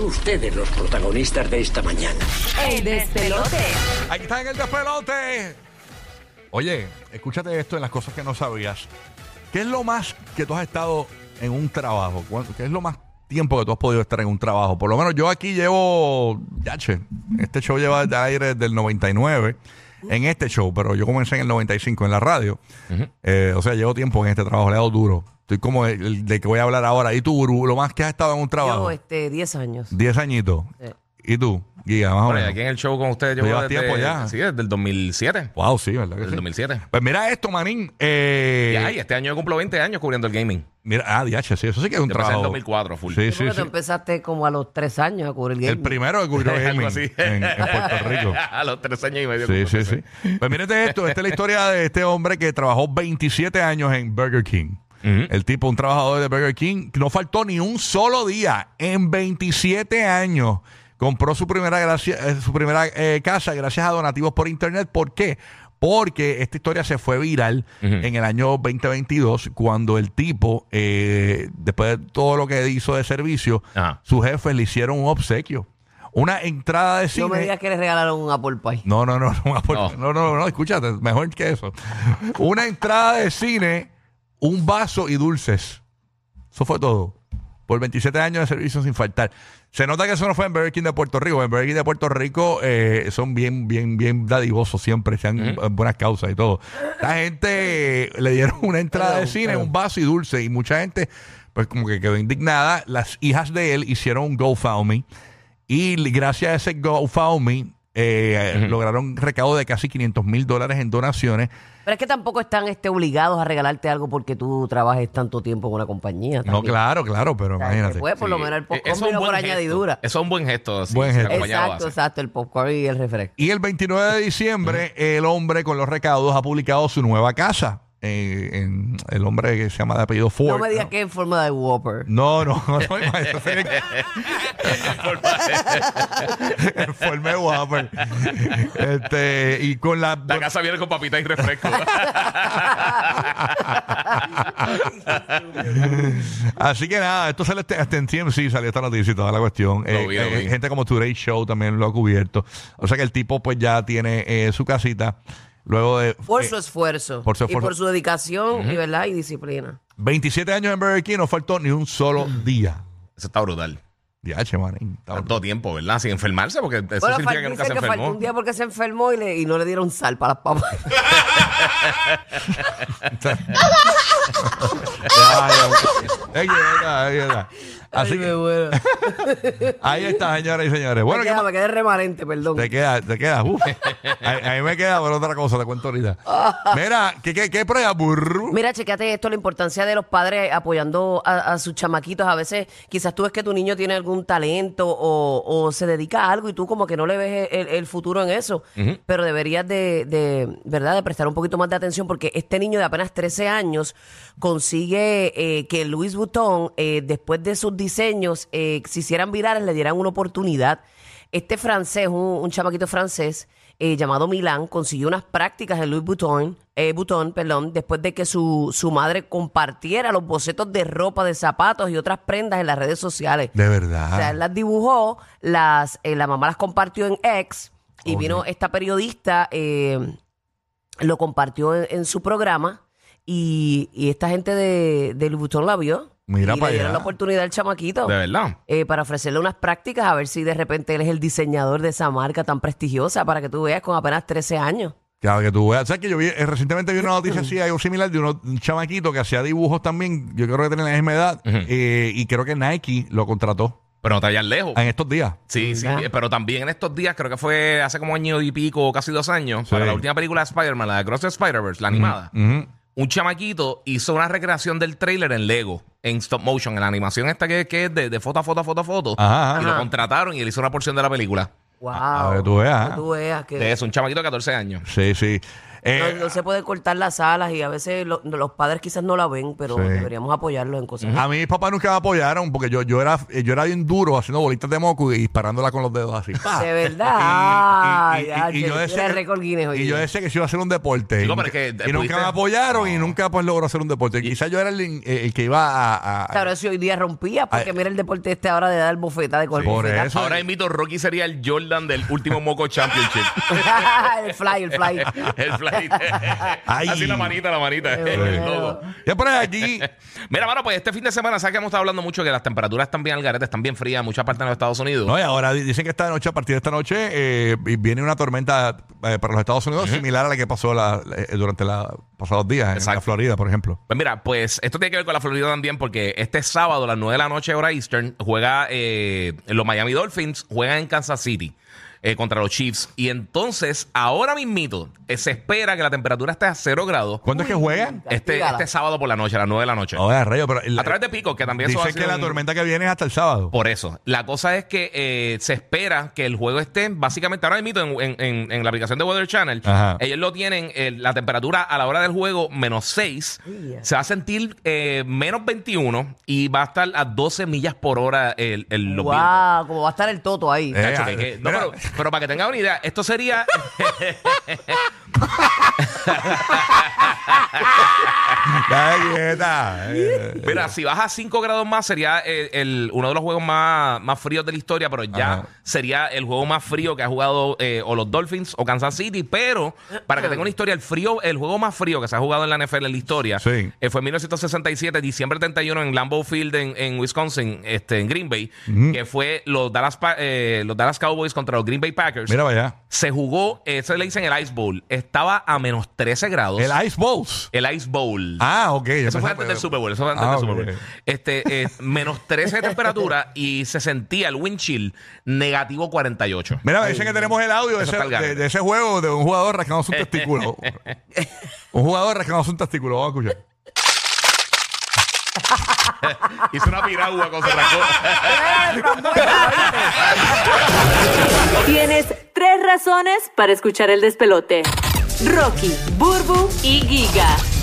ustedes los protagonistas de esta mañana. ¡El despelote! Aquí está en el despelote. Oye, escúchate esto en las cosas que no sabías. ¿Qué es lo más que tú has estado en un trabajo? ¿Qué es lo más tiempo que tú has podido estar en un trabajo? Por lo menos yo aquí llevo, este show lleva de aire desde el 99 en este show, pero yo comencé en el 95 en la radio. O sea, llevo tiempo en este trabajo, le he dado duro. Estoy como el de que voy a hablar ahora. ¿Y tú, Guru, lo más que has estado en un trabajo? Yo, 10 años. 10 añitos. Sí. ¿Y tú, Guía, más o Bueno, menos? aquí en el show con ustedes ¿Tú llevo llevas tiempo ya? Sí, desde el 2007. Wow, sí, ¿verdad que Desde el sí? 2007. Pues mira esto, manín. Y este año yo cumplo 20 años cubriendo el gaming. Mira, DH, sí, eso sí que es un Yo empecé trabajo. en 2004, full. Sí, Sí, sí, porque tú sí. empezaste como a los 3 años a cubrir el El gaming. primero que cubrió gaming Algo así. en Puerto Rico. A los 3 años y medio. Sí, cumplo sí, sí. Pues mírate esto. Esta es la historia de este hombre que trabajó 27 años en Burger King. El tipo, un trabajador de Burger King, no faltó ni un solo día. En 27 años compró su primera casa gracias a donativos por internet. ¿Por qué? Porque esta historia se fue viral en el año 2022 cuando el tipo, después de todo lo que hizo de servicio, sus jefes le hicieron un obsequio. Una entrada de cine. No me digas que le regalaron un Apple Pie. No, escúchate, mejor que eso. Una entrada de cine, un vaso y dulces. Eso fue todo. Por 27 años de servicio sin faltar. Se nota que eso no fue en Burger King de Puerto Rico. En Burger King de Puerto Rico son bien dadivosos siempre, sean en buenas causas y todo. La gente le dieron una entrada de cine, un vaso y dulce. Y mucha gente, pues como que quedó indignada. Las hijas de él hicieron un GoFundMe. Y gracias a ese GoFundMe lograron recaudo de casi $500,000 en donaciones. Pero es que tampoco están obligados a regalarte algo porque tú trabajes tanto tiempo en una compañía. No, claro, pero O sea, imagínate. Pues por lo menos el Eso popcorn es un vino por buen gesto. añadidura. Eso es un buen gesto. Sí, Buen sí, gesto. acompañado base. Exacto, el popcorn y el refresco. Y el 29 de diciembre, el hombre con los recaudos ha publicado su nueva casa. El hombre que se llama de apellido Ford. No me digas que en forma de Whopper. No, eso sería el forma de Whopper. Y con la casa viene con papitas y refresco. Así que nada, esto sale hasta en TMZ, salió esta noticia y toda la cuestión. Lo vi. Gente como Today Show también lo ha cubierto. O sea que el tipo pues ya tiene su casita. Luego de Por su esfuerzo. por su Y esfuerzo. por su dedicación y disciplina. 27 años en Burger King, no faltó ni un solo día. Eso está brutal. DH, manín. Tanto tiempo, ¿verdad? Sin enfermarse, porque eso Bueno, significa que nunca se dicen que faltó enfermó. un día porque se enfermó y no le dieron sal para las papas. Llega. Así Ay, que me muero. ahí está, señoras y señores. Bueno, ¿qué más? me quedé remanente, perdón. Te queda. Uf. A mí me queda por otra cosa, te cuento ahorita. Mira, ¿qué prueba, burro? Mira, checate esto, la importancia de los padres apoyando a sus chamaquitos. A veces quizás tú ves que tu niño tiene algún talento o se dedica a algo y tú como que no le ves el futuro en eso. Pero deberías ¿verdad? De prestar un poquito más de atención porque este niño de apenas 13 años consigue que Louis Vuitton, después de sus diseños, se hicieran virales, le dieran una oportunidad. Este francés, un chamaquito francés, llamado Milán, consiguió unas prácticas de Louis Vuitton, después de que su madre compartiera los bocetos de ropa, de zapatos y otras prendas en las redes sociales. De verdad. O sea, él las dibujó, la mamá las compartió en X y vino esta periodista, lo compartió en su programa y esta gente de Louis Vuitton la vio. Mira y para le dieron allá. la oportunidad al chamaquito. De verdad. Para ofrecerle unas prácticas a ver si de repente él es el diseñador de esa marca tan prestigiosa para que tú veas con apenas 13 años. Claro, que tú veas. ¿Sabes que yo recientemente vi una noticia así, algo similar, de un chamaquito que hacía dibujos también? Yo creo que tenía la misma edad. Y creo que Nike lo contrató Pero no te vayas lejos. en estos días. Sí, Ya. pero también en estos días, creo que fue hace como año y pico, casi 2 años, Sí. para la última película de Spider-Man, la de Cross the Spider-Verse, la animada. Un chamaquito hizo una recreación del tráiler en Lego, en stop motion, en la animación esta que es de foto a foto a foto a foto. Ajá. Y lo contrataron y él hizo una porción de la película. Wow. A ver, tú veas. Que tú veas que... De eso, un chamaquito de 14 años. Sí. No se puede cortar las alas y a veces los padres quizás no la ven, pero Sí. deberíamos apoyarlos en cosas. A mí mis papás nunca me apoyaron porque yo era bien duro haciendo bolitas de moco y disparándola con los dedos así. ¡Pa! De verdad. Y yo decía récord Guinness hoy y yo día. decía que se iba a hacer un deporte. Chico, pero es que y nunca pudiste- me apoyaron y nunca pues logró hacer un deporte. Quizás yo era el que iba a Claro, si hoy día rompía, porque Ay. mira el deporte ahora de dar bofeta, de coger Por bofeta. eso. Ahora invito Rocky sería el Jordan del último Moco Championship. el fly. El flight. Ay. Así la manita. Qué El bueno. logo. Ya por aquí. Mira, mano, pues este fin de semana, ¿sabes que hemos estado hablando mucho? Que las temperaturas están bien al garete, están bien frías en muchas partes de los Estados Unidos. No, y ahora dicen que esta noche, a partir de esta noche, viene una tormenta para los Estados Unidos similar a la que pasó durante los pasados días en Exacto. la Florida, por ejemplo. Pues mira, pues esto tiene que ver con la Florida también, porque este sábado a las 9 de la noche, hora Eastern, juega los Miami Dolphins, juegan en Kansas City contra los Chiefs. Y entonces, ahora mismito, se espera que la temperatura esté a 0 grados ¿Cuándo es que juegan? este sábado por la noche, a las 9 de la noche. Oye, rayo, pero A través de Pico, que también eso dicen ha sido que la un- tormenta que viene es hasta el sábado. Por eso. La cosa es que se espera que el juego esté básicamente ahora mismo en la aplicación de Weather Channel. Ajá. Ellos lo tienen, la temperatura a la hora del juego, -6. Se va a sentir -21 y va a estar a 12 millas por hora los vientos. Wow, como va a estar el toto ahí. Chacho, Ah, no, mira. pero para que tengan una idea, esto sería... Ay, quieta. Mira, si baja 5 grados más, sería uno de los juegos más fríos de la historia, pero ya Ajá. sería el juego más frío que ha jugado o los Dolphins o Kansas City. Pero, para que tenga una historia, el juego más frío que se ha jugado en la NFL en la historia Sí. fue en 1967, diciembre 31, en Lambeau Field en Wisconsin, en Green Bay, que fue los Dallas Cowboys contra los Green Bay Packers. Mira, vaya. Se jugó, eso le dicen el Ice Bowl. Estaba a -13 grados. El Ice Bowls. El Ice Bowl. Ah, ok. Eso fue antes del Super Bowl. Eso fue antes del Super Bowl. -13 de temperatura y se sentía el wind chill -48. Mira, me dicen que tenemos el audio Eso está al garete. de ese juego de un jugador rascándose un testículo. Un jugador rascándose un testículo. Vamos a escuchar. Hizo una piragua con Cerracó. Tienes 3 razones para escuchar el despelote. Rocky, Burbu y Giga.